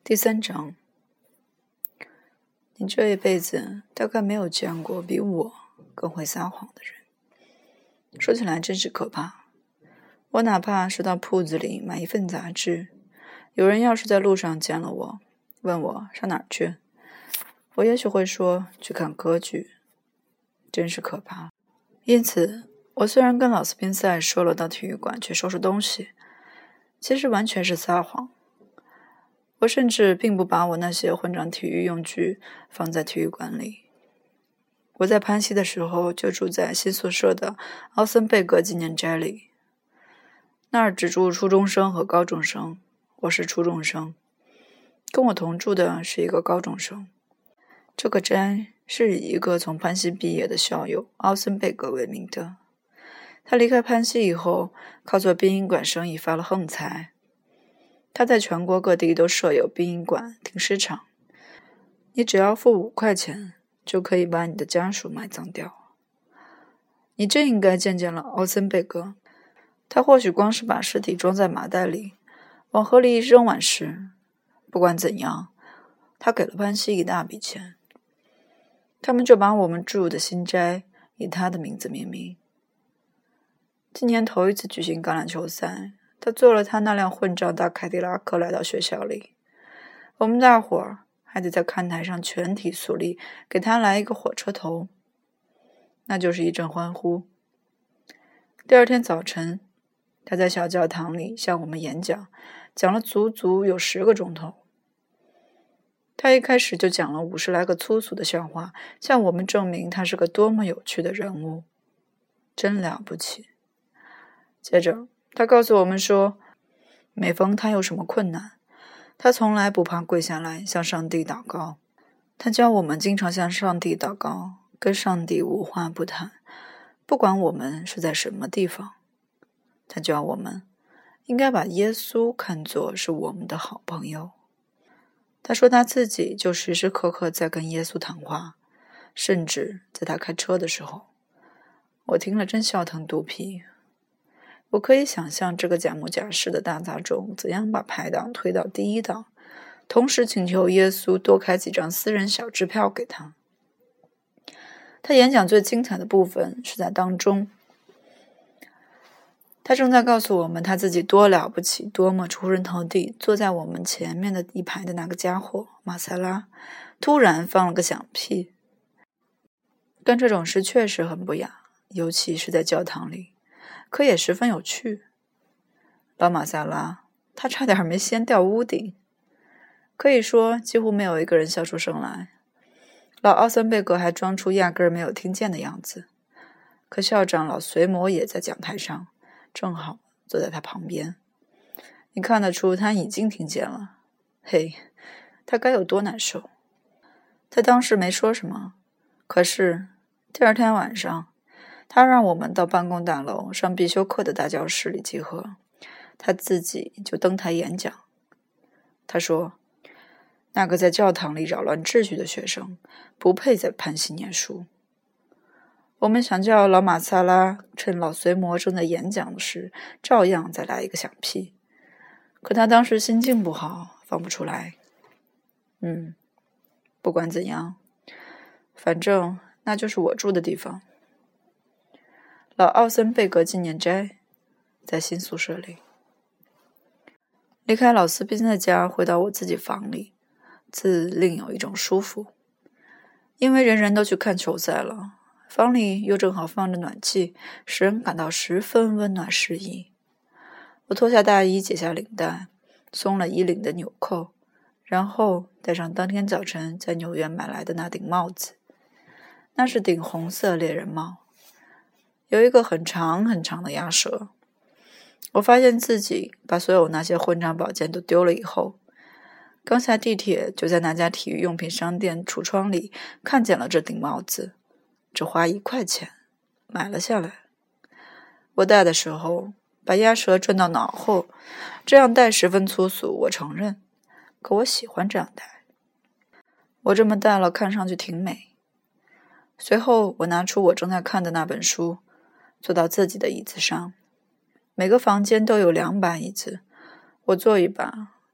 第3章，你这一辈子大概没有见过比我更会撒谎的人。说起来真是可怕。我哪怕是到铺子里买一份杂志，有人要是在路上见了我，问我上哪儿去，我也许会说去看歌剧。真是可怕。因此，我虽然跟老斯宾塞说了到体育馆去收拾东西，其实完全是撒谎。我甚至并不把我那些混账体育用具放在体育馆里。我在潘西的时候就住在新宿舍的奥森贝格纪念斋里，那儿只住初中生和高中生，我是初中生，跟我同住的是一个高中生。这个斋是以一个从潘西毕业的校友奥森贝格为名的。他离开潘西以后，靠做殡仪馆生意发了横财。他在全国各地都设有殡仪馆、停尸场，你只要付5块钱，就可以把你的家属埋葬掉。你真应该见见了奥森贝格，他或许光是把尸体装在麻袋里，往河里一扔完事。不管怎样，他给了潘西一大笔钱，他们就把我们住的新斋以他的名字命名。今年头一次举行橄榄球赛，他坐了他那辆混账大凯迪拉克来到学校里，我们大伙儿还得在看台上全体肃立，给他来一个火车头，那就是一阵欢呼。第二天早晨，他在小教堂里向我们演讲，讲了足足有10个钟头。他一开始就讲了50来个粗俗的笑话，向我们证明他是个多么有趣的人物，真了不起。接着他告诉我们说，每逢他有什么困难，他从来不怕跪下来向上帝祷告。他教我们经常向上帝祷告，跟上帝无话不谈，不管我们是在什么地方。他教我们应该把耶稣看作是我们的好朋友。他说他自己就时时刻刻在跟耶稣谈话，甚至在他开车的时候。我听了真笑疼肚皮。我可以想象这个假模假式的大杂种怎样把排档推到第1档，同时请求耶稣多开几张私人小支票给他。他演讲最精彩的部分是在当中，他正在告诉我们他自己多了不起，多么出人头地。坐在我们前面的一排的那个家伙马塞拉突然放了个响屁。干这种事确实很不雅，尤其是在教堂里，可也十分有趣。老马塞拉他差点没掀掉屋顶，可以说几乎没有一个人笑出声来。老奥森贝格还装出压根儿没有听见的样子。可校长老随摩也在讲台上，正好坐在他旁边。你看得出他已经听见了。嘿，他该有多难受。他当时没说什么，可是第二天晚上，他让我们到办公大楼上必修课的大教室里集合，他自己就登台演讲。他说，那个在教堂里扰乱秩序的学生不配在潘西念书。我们想叫老马萨拉趁老随摩正在演讲时照样再来一个响屁，可他当时心境不好，放不出来。不管怎样，反正那就是我住的地方，老奥森贝格纪念斋，在新宿舍里。离开老斯宾的家，回到我自己房里，自另有一种舒服。因为人人都去看球赛了，房里又正好放着暖气，使人感到十分温暖适宜。我脱下大衣，解下领带，松了衣领的纽扣，然后戴上当天早晨在纽约买来的那顶帽子。那是顶红色猎人帽，有一个很长很长的鸭舌。我发现自己把所有那些混账宝剑都丢了以后，刚下地铁就在那家体育用品商店橱窗里看见了这顶帽子，只花1块钱买了下来。我戴的时候把鸭舌转到脑后，这样戴十分粗俗，我承认，可我喜欢这样戴。我这么戴了看上去挺美。随后我拿出我正在看的那本书，坐到自己的椅子上。每个房间都有2把椅子，我坐一把，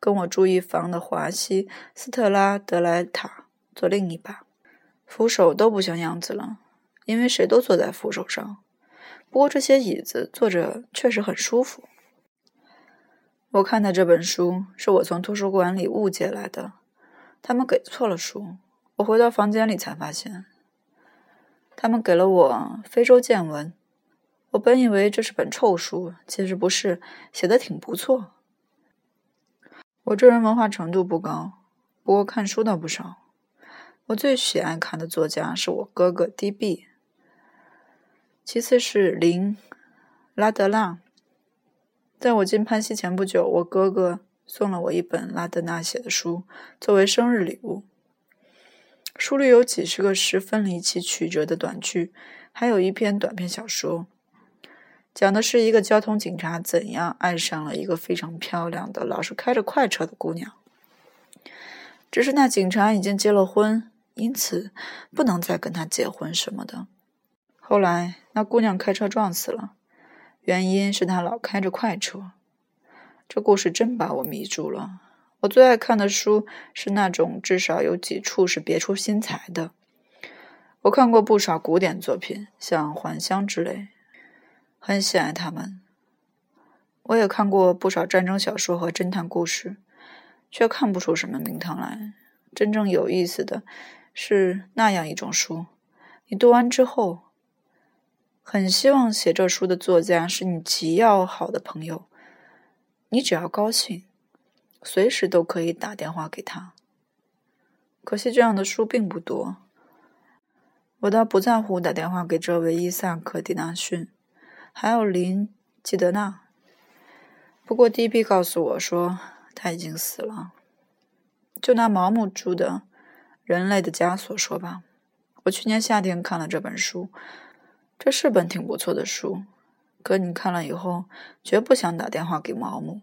跟我住一房的华西斯特拉德莱塔坐另一把，扶手都不像样子了，因为谁都坐在扶手上。不过这些椅子坐着确实很舒服。我看的这本书是我从图书馆里误借来的，他们给错了书。我回到房间里才发现，他们给了我非洲见闻。我本以为这是本臭书，其实不是，写得挺不错。我这人文化程度不高，不过看书倒不少。我最喜爱看的作家是我哥哥 D.B， 其次是林拉德纳。在我进潘西前不久，我哥哥送了我一本拉德纳写的书，作为生日礼物。书里有几十个十分离奇曲折的短句，还有一篇短篇小说，讲的是一个交通警察怎样爱上了一个非常漂亮的老是开着快车的姑娘。只是那警察已经结了婚，因此不能再跟他结婚什么的。后来那姑娘开车撞死了，原因是他老开着快车。这故事真把我迷住了。我最爱看的书是那种至少有几处是别出心裁的。我看过不少古典作品，像《还乡》之类，很喜爱他们。我也看过不少战争小说和侦探故事，却看不出什么名堂来。真正有意思的是那样一种书，你读完之后，很希望写这书的作家是你极要好的朋友，你只要高兴，随时都可以打电话给他。可惜这样的书并不多，我倒不在乎打电话给这位伊萨克·迪纳逊，还有林·基德纳。不过 D.B 告诉我说他已经死了。就拿毛姆著的《人类的枷锁》说吧，我去年夏天看了这本书，这是本挺不错的书，可你看了以后绝不想打电话给毛姆。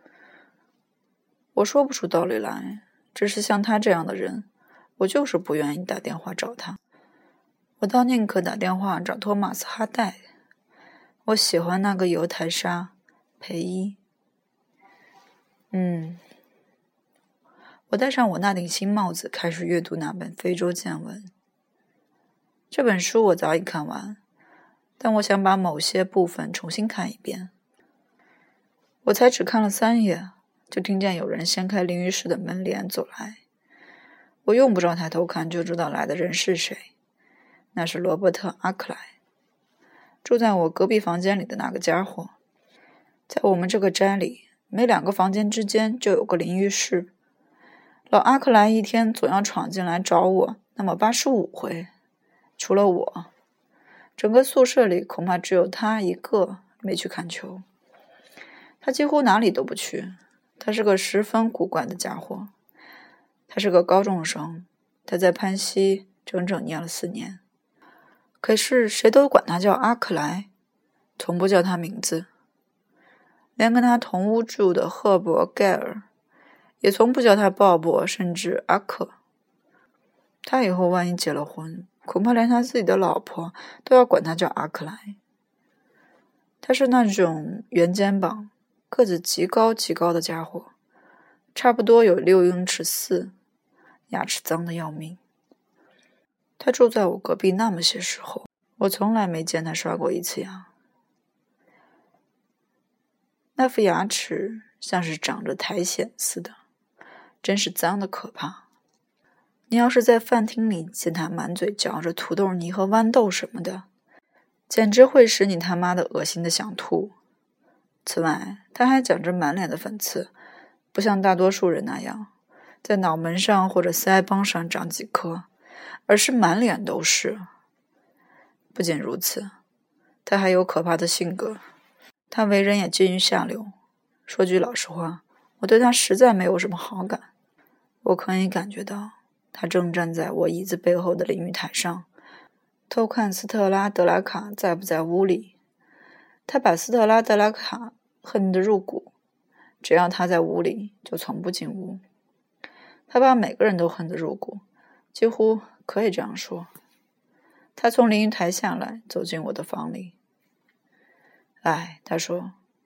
我说不出道理来，只是像他这样的人，我就是不愿意打电话找他。我倒宁可打电话找托马斯·哈代。我喜欢那个犹太杀裴伊。我戴上我那顶新帽子，开始阅读那本《非洲见闻》。这本书我早已看完，但我想把某些部分重新看一遍。我才只看了3页，就听见有人掀开淋浴室的门帘走来。我用不着抬头看就知道来的人是谁，那是罗伯特·阿克莱，住在我隔壁房间里的那个家伙。在我们这个斋里，每2个房间之间就有个淋浴室。老阿克莱一天总要闯进来找我那么85回，除了我，整个宿舍里恐怕只有他一个没去看球。他几乎哪里都不去，他是个十分古怪的家伙。他是个高中生，他在潘西整整念了4年，可是谁都管他叫阿克莱，从不叫他名字。连跟他同屋住的赫伯·盖尔也从不叫他鲍勃，甚至阿克。他以后万一结了婚，恐怕连他自己的老婆都要管他叫阿克莱。他是那种圆肩膀、个子极高极高的家伙，差不多有6英尺4，牙齿脏得要命。他住在我隔壁那么些时候，我从来没见他刷过一次牙。那副牙齿像是长着苔藓似的，真是脏得可怕。你要是在饭厅里见他满嘴嚼着土豆泥和豌豆什么的，简直会使你他妈的恶心的想吐。此外，他还长着满脸的粉刺，不像大多数人那样在脑门上或者腮帮上长几颗，而是满脸都是。不仅如此，他还有可怕的性格。他为人也近于下流，说句老实话，我对他实在没有什么好感。我可以感觉到他正站在我椅子背后的淋浴台上，偷看斯特拉德拉卡在不在屋里。他把斯特拉德拉卡恨得入骨，只要他在屋里就从不进屋。他把每个人都恨得入骨，几乎可以这样说。他从淋浴台下来，走进我的房里。他说，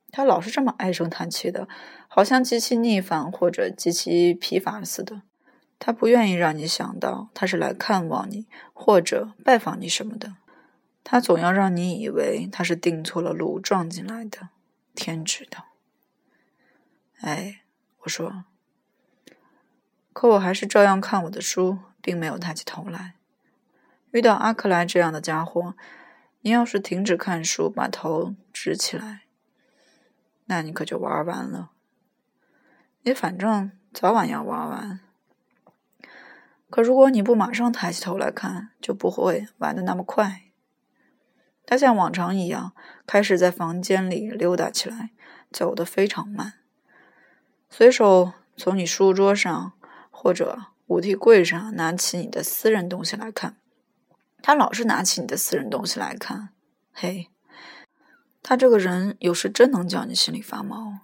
他老是这么唉声叹气的，好像极其逆反或者极其疲乏似的。他不愿意让你想到他是来看望你或者拜访你什么的，他总要让你以为他是订错了路撞进来的。天知道。哎，我说，可我还是照样看我的书，并没有抬起头来。遇到阿克莱这样的家伙，你要是停止看书，把头直起来，那你可就玩完了。你反正早晚要玩完。可如果你不马上抬起头来看，就不会玩得那么快。他像往常一样，开始在房间里溜达起来，走得非常慢，随手从你书桌上或者舞梯柜上拿起你的私人东西来看。他老是拿起你的私人东西来看。嘿，他这个人有时真能叫你心里发毛。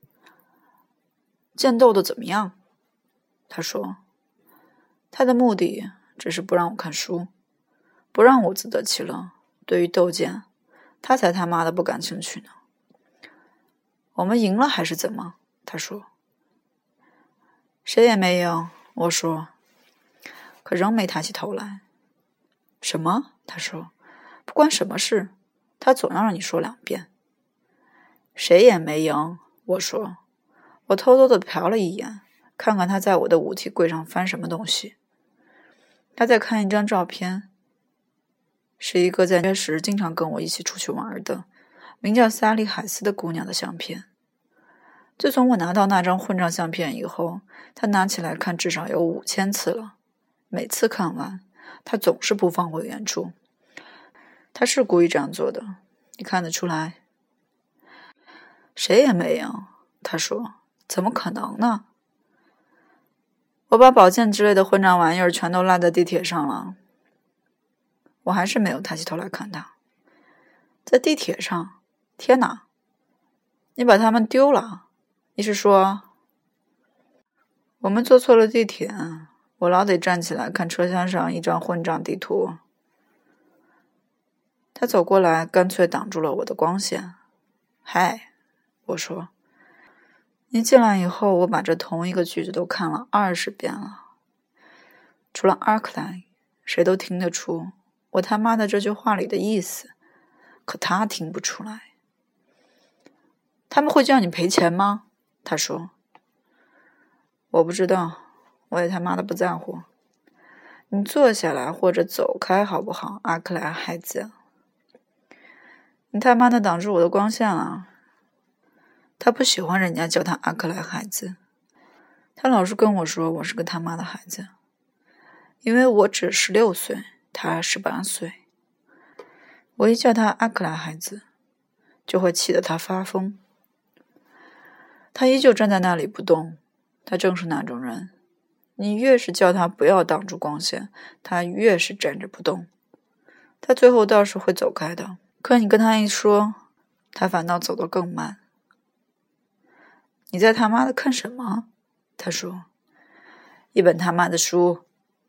剑斗的怎么样？他说。他的目的只是不让我看书，不让我自得其乐。对于斗剑，他才他妈的不感兴趣呢。我们赢了还是怎么？他说。谁也没赢，我说，可仍没抬起头来。什么？他说。不关什么事，他总要让你说2遍。谁也没赢，我说。我偷偷地瞟了一眼，看看他在我的舞梯柜上翻什么东西。他在看一张照片，是一个在约时经常跟我一起出去玩的名叫萨利海斯的姑娘的相片。自从我拿到那张混账相片以后，他拿起来看至少有5000次了。每次看完，他总是不放回原处。他是故意这样做的，你看得出来。谁也没赢，他说。怎么可能呢？我把宝剑之类的混账玩意儿全都落在地铁上了。我还是没有抬起头来看他。在地铁上？天哪！你把它们丢了？你是说……我们坐错了地铁，我老得站起来看车厢上一张混账地图。他走过来，干脆挡住了我的光线。嗨，我说。你进来以后，我把这同一个句子都看了20遍了。除了阿克莱，谁都听得出我他妈的这句话里的意思，可他听不出来。他们会叫你赔钱吗？他说。我不知道，我也他妈的不在乎。你坐下来或者走开好不好，阿克莱孩子？你他妈的挡住我的光线了。他不喜欢人家叫他阿克莱孩子，他老是跟我说我是个他妈的孩子，因为我只16岁，他18岁。我一叫他阿克莱孩子，就会气得他发疯。他依旧站在那里不动，他正是那种人，你越是叫他不要挡住光线，他越是站着不动。他最后倒是会走开的，可你跟他一说，他反倒走得更慢。你在他妈的看什么？他说。一本他妈的书。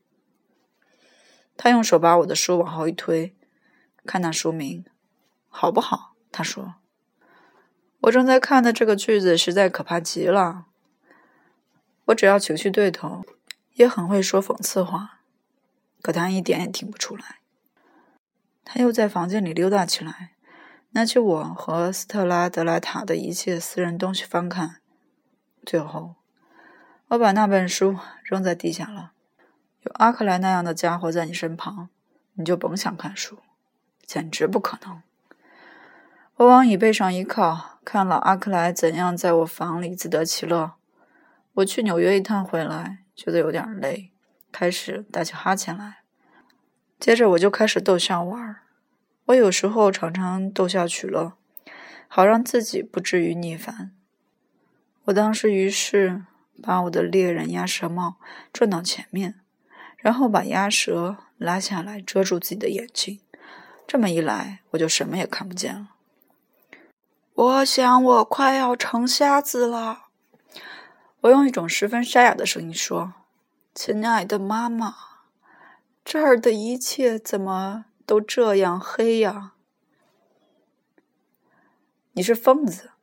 他用手把我的书往后一推，看那书名，好不好？他说。我正在看的这个句子实在可怕极了。我只要情绪对头，也很会说讽刺话，可他一点也听不出来。他又在房间里溜达起来，拿起我和斯特拉德莱塔的一切私人东西翻看。最后，我把那本书扔在地下了。有阿克莱那样的家伙在你身旁，你就甭想看书，简直不可能。我往椅背上一靠，看老阿克莱怎样在我房里自得其乐。我去纽约一趟回来，觉得有点累，开始打起哈欠来。接着我就开始逗笑玩。我有时候常常逗笑取乐，好让自己不至于逆反。我当时于是把我的猎人鸭舌帽转到前面，然后把鸭舌拉下来遮住自己的眼睛。这么一来，我就什么也看不见了。我想我快要成瞎子了。我用一种十分沙哑的声音说：亲爱的妈妈，这儿的一切怎么都这样黑呀？你是疯子，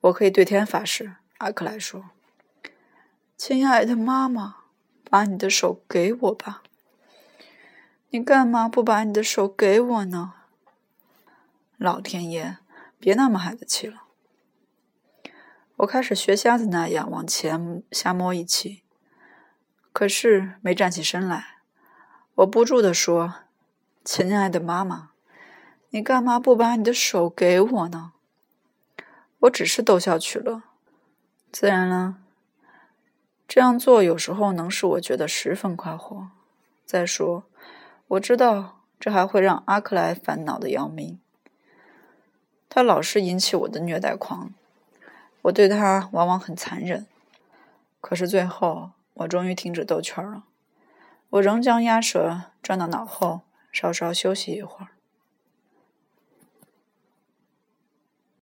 我可以对天发誓，阿克莱说。亲爱的妈妈，把你的手给我吧。你干嘛不把你的手给我呢？老天爷，别那么孩子气了。我开始学瞎子那样往前瞎摸一气，可是没站起身来。我不住地说，亲爱的妈妈，你干嘛不把你的手给我呢？我只是逗笑取乐。自然了，这样做有时候能使我觉得十分快活。再说，我知道这还会让阿克莱烦恼的要命。他老是引起我的虐待狂，我对他往往很残忍。可是最后，我终于停止兜圈了。我仍将鸭舌转到脑后，稍稍休息一会儿。